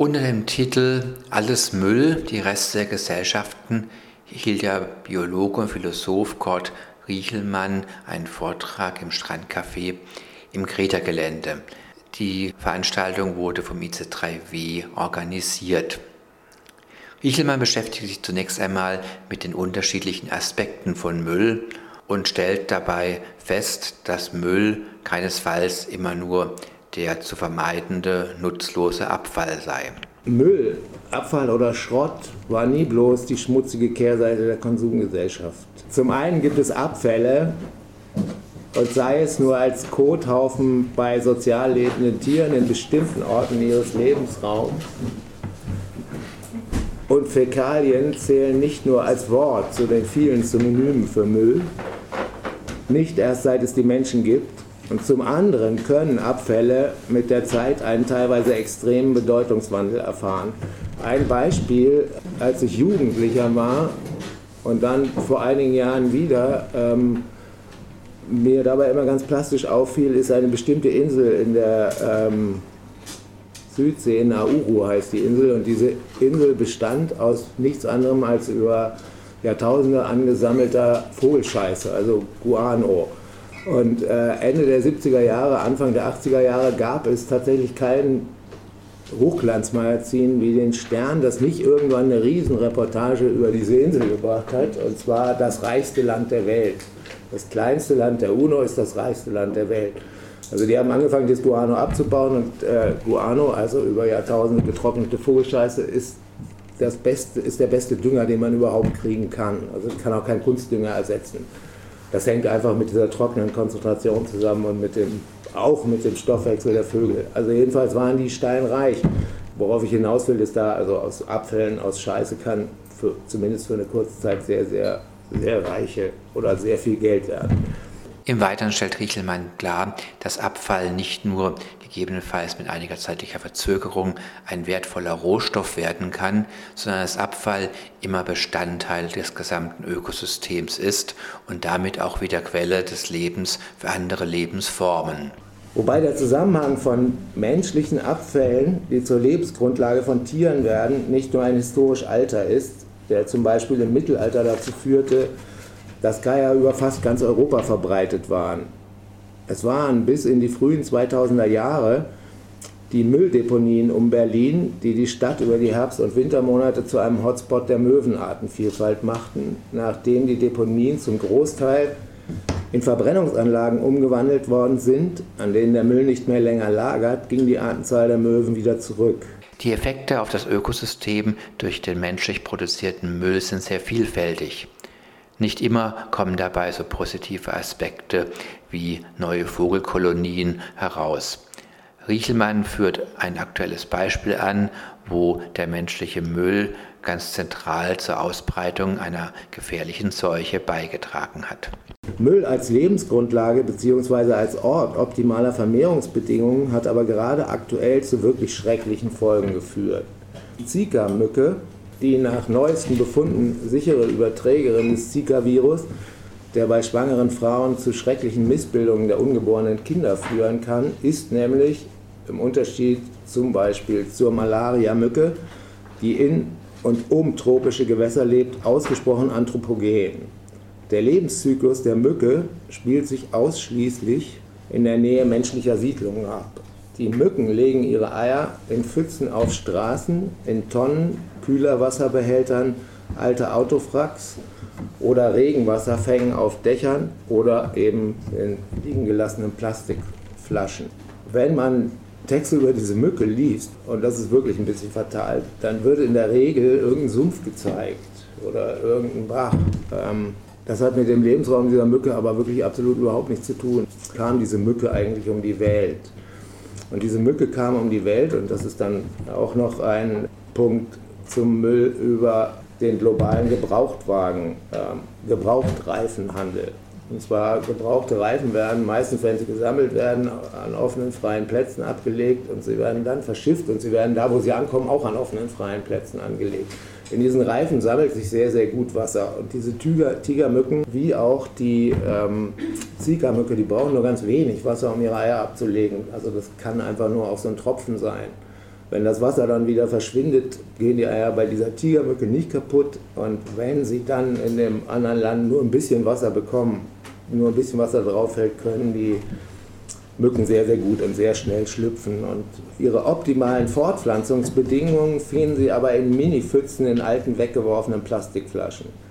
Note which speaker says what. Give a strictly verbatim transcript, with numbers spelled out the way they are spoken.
Speaker 1: Unter dem Titel Alles Müll, die Reste der Gesellschaften hielt der Biologe und Philosoph Kurt Riechelmann einen Vortrag im Strandcafé im Greta-Gelände. Die Veranstaltung wurde vom I C drei W organisiert. Riechelmann beschäftigt sich zunächst einmal mit den unterschiedlichen Aspekten von Müll und stellt dabei fest, dass Müll keinesfalls immer nur der zu vermeidende, nutzlose Abfall sei.
Speaker 2: Müll, Abfall oder Schrott war nie bloß die schmutzige Kehrseite der Konsumgesellschaft. Zum einen gibt es Abfälle, und sei es nur als Kothaufen bei sozial lebenden Tieren in bestimmten Orten ihres Lebensraums. Und Fäkalien zählen nicht nur als Wort zu den vielen Synonymen für Müll, nicht erst seit es die Menschen gibt. Und zum anderen können Abfälle mit der Zeit einen teilweise extremen Bedeutungswandel erfahren. Ein Beispiel, als ich Jugendlicher war und dann vor einigen Jahren wieder, ähm, mir dabei immer ganz plastisch auffiel, ist eine bestimmte Insel in der ähm, Südsee, Nauru heißt die Insel, und diese Insel bestand aus nichts anderem als über Jahrtausende angesammelter Vogelscheiße, also Guano. Und äh, Ende der siebziger Jahre, Anfang der achtziger Jahre gab es tatsächlich kein Hochglanzmagazin wie den Stern, das nicht irgendwann eine Riesenreportage über diese Insel gebracht hat, und zwar das reichste Land der Welt. Das kleinste Land der UNO ist das reichste Land der Welt. Also die haben angefangen, das Guano abzubauen, und äh, Guano, also über Jahrtausende getrocknete Vogelscheiße, ist, das beste, ist der beste Dünger, den man überhaupt kriegen kann. Also kann auch kein Kunstdünger ersetzen. Das hängt einfach mit dieser trockenen Konzentration zusammen und mit dem, auch mit dem Stoffwechsel der Vögel. Also jedenfalls waren die steinreich. Worauf ich hinaus will, ist da, also aus Abfällen, aus Scheiße kann für, zumindest für eine kurze Zeit sehr, sehr, sehr reiche oder sehr viel Geld werden.
Speaker 1: Im Weiteren stellt Riechelmann klar, dass Abfall nicht nur gegebenenfalls mit einiger zeitlicher Verzögerung ein wertvoller Rohstoff werden kann, sondern dass Abfall immer Bestandteil des gesamten Ökosystems ist und damit auch wieder Quelle des Lebens für andere Lebensformen.
Speaker 2: Wobei der Zusammenhang von menschlichen Abfällen, die zur Lebensgrundlage von Tieren werden, nicht nur ein historisch alter ist, der zum Beispiel im Mittelalter dazu führte, dass Geier über fast ganz Europa verbreitet waren. Es waren bis in die frühen zweitausender Jahre die Mülldeponien um Berlin, die die Stadt über die Herbst- und Wintermonate zu einem Hotspot der Möwenartenvielfalt machten. Nachdem die Deponien zum Großteil in Verbrennungsanlagen umgewandelt worden sind, an denen der Müll nicht mehr länger lagert, ging die Artenzahl der Möwen wieder zurück.
Speaker 1: Die Effekte auf das Ökosystem durch den menschlich produzierten Müll sind sehr vielfältig. Nicht immer kommen dabei so positive Aspekte wie neue Vogelkolonien heraus. Riechelmann führt ein aktuelles Beispiel an, wo der menschliche Müll ganz zentral zur Ausbreitung einer gefährlichen Seuche beigetragen hat.
Speaker 2: Müll als Lebensgrundlage bzw. als Ort optimaler Vermehrungsbedingungen hat aber gerade aktuell zu wirklich schrecklichen Folgen geführt. Die Zika-Mücke, die nach neuesten Befunden sichere Überträgerin des Zika-Virus, der bei schwangeren Frauen zu schrecklichen Missbildungen der ungeborenen Kinder führen kann, ist nämlich im Unterschied zum Beispiel zur Malaria-Mücke, die in und um tropische Gewässer lebt, ausgesprochen anthropogen. Der Lebenszyklus der Mücke spielt sich ausschließlich in der Nähe menschlicher Siedlungen ab. Die Mücken legen ihre Eier in Pfützen auf Straßen, in Tonnen, Kühlerwasserbehältern, alte Autowracks oder Regenwasserfängen auf Dächern oder eben in liegen gelassenen Plastikflaschen. Wenn man Texte über diese Mücke liest, und das ist wirklich ein bisschen fatal, dann wird in der Regel irgendein Sumpf gezeigt oder irgendein Bach. Das hat mit dem Lebensraum dieser Mücke aber wirklich absolut überhaupt nichts zu tun. Kam diese Mücke eigentlich um die Welt? Und diese Mücke kam um die Welt, und das ist dann auch noch ein Punkt zum Müll über den globalen Gebrauchtwagen, äh, Gebrauchtreifenhandel. Und zwar gebrauchte Reifen werden meistens, wenn sie gesammelt werden, an offenen freien Plätzen abgelegt, und sie werden dann verschifft, und sie werden da, wo sie ankommen, auch an offenen freien Plätzen angelegt. In diesen Reifen sammelt sich sehr, sehr gut Wasser, und diese Tiger, Tigermücken wie auch die ähm, Zika-Mücke, die brauchen nur ganz wenig Wasser, um ihre Eier abzulegen. Also das kann einfach nur auf so einen Tropfen sein. Wenn das Wasser dann wieder verschwindet, gehen die Eier bei dieser Tigermücke nicht kaputt. Und wenn sie dann in dem anderen Land nur ein bisschen Wasser bekommen, nur ein bisschen Wasser drauf fällt, können die Mücken sehr, sehr gut und sehr schnell schlüpfen. Und ihre optimalen Fortpflanzungsbedingungen finden sie aber in Mini-Pfützen in alten, weggeworfenen Plastikflaschen.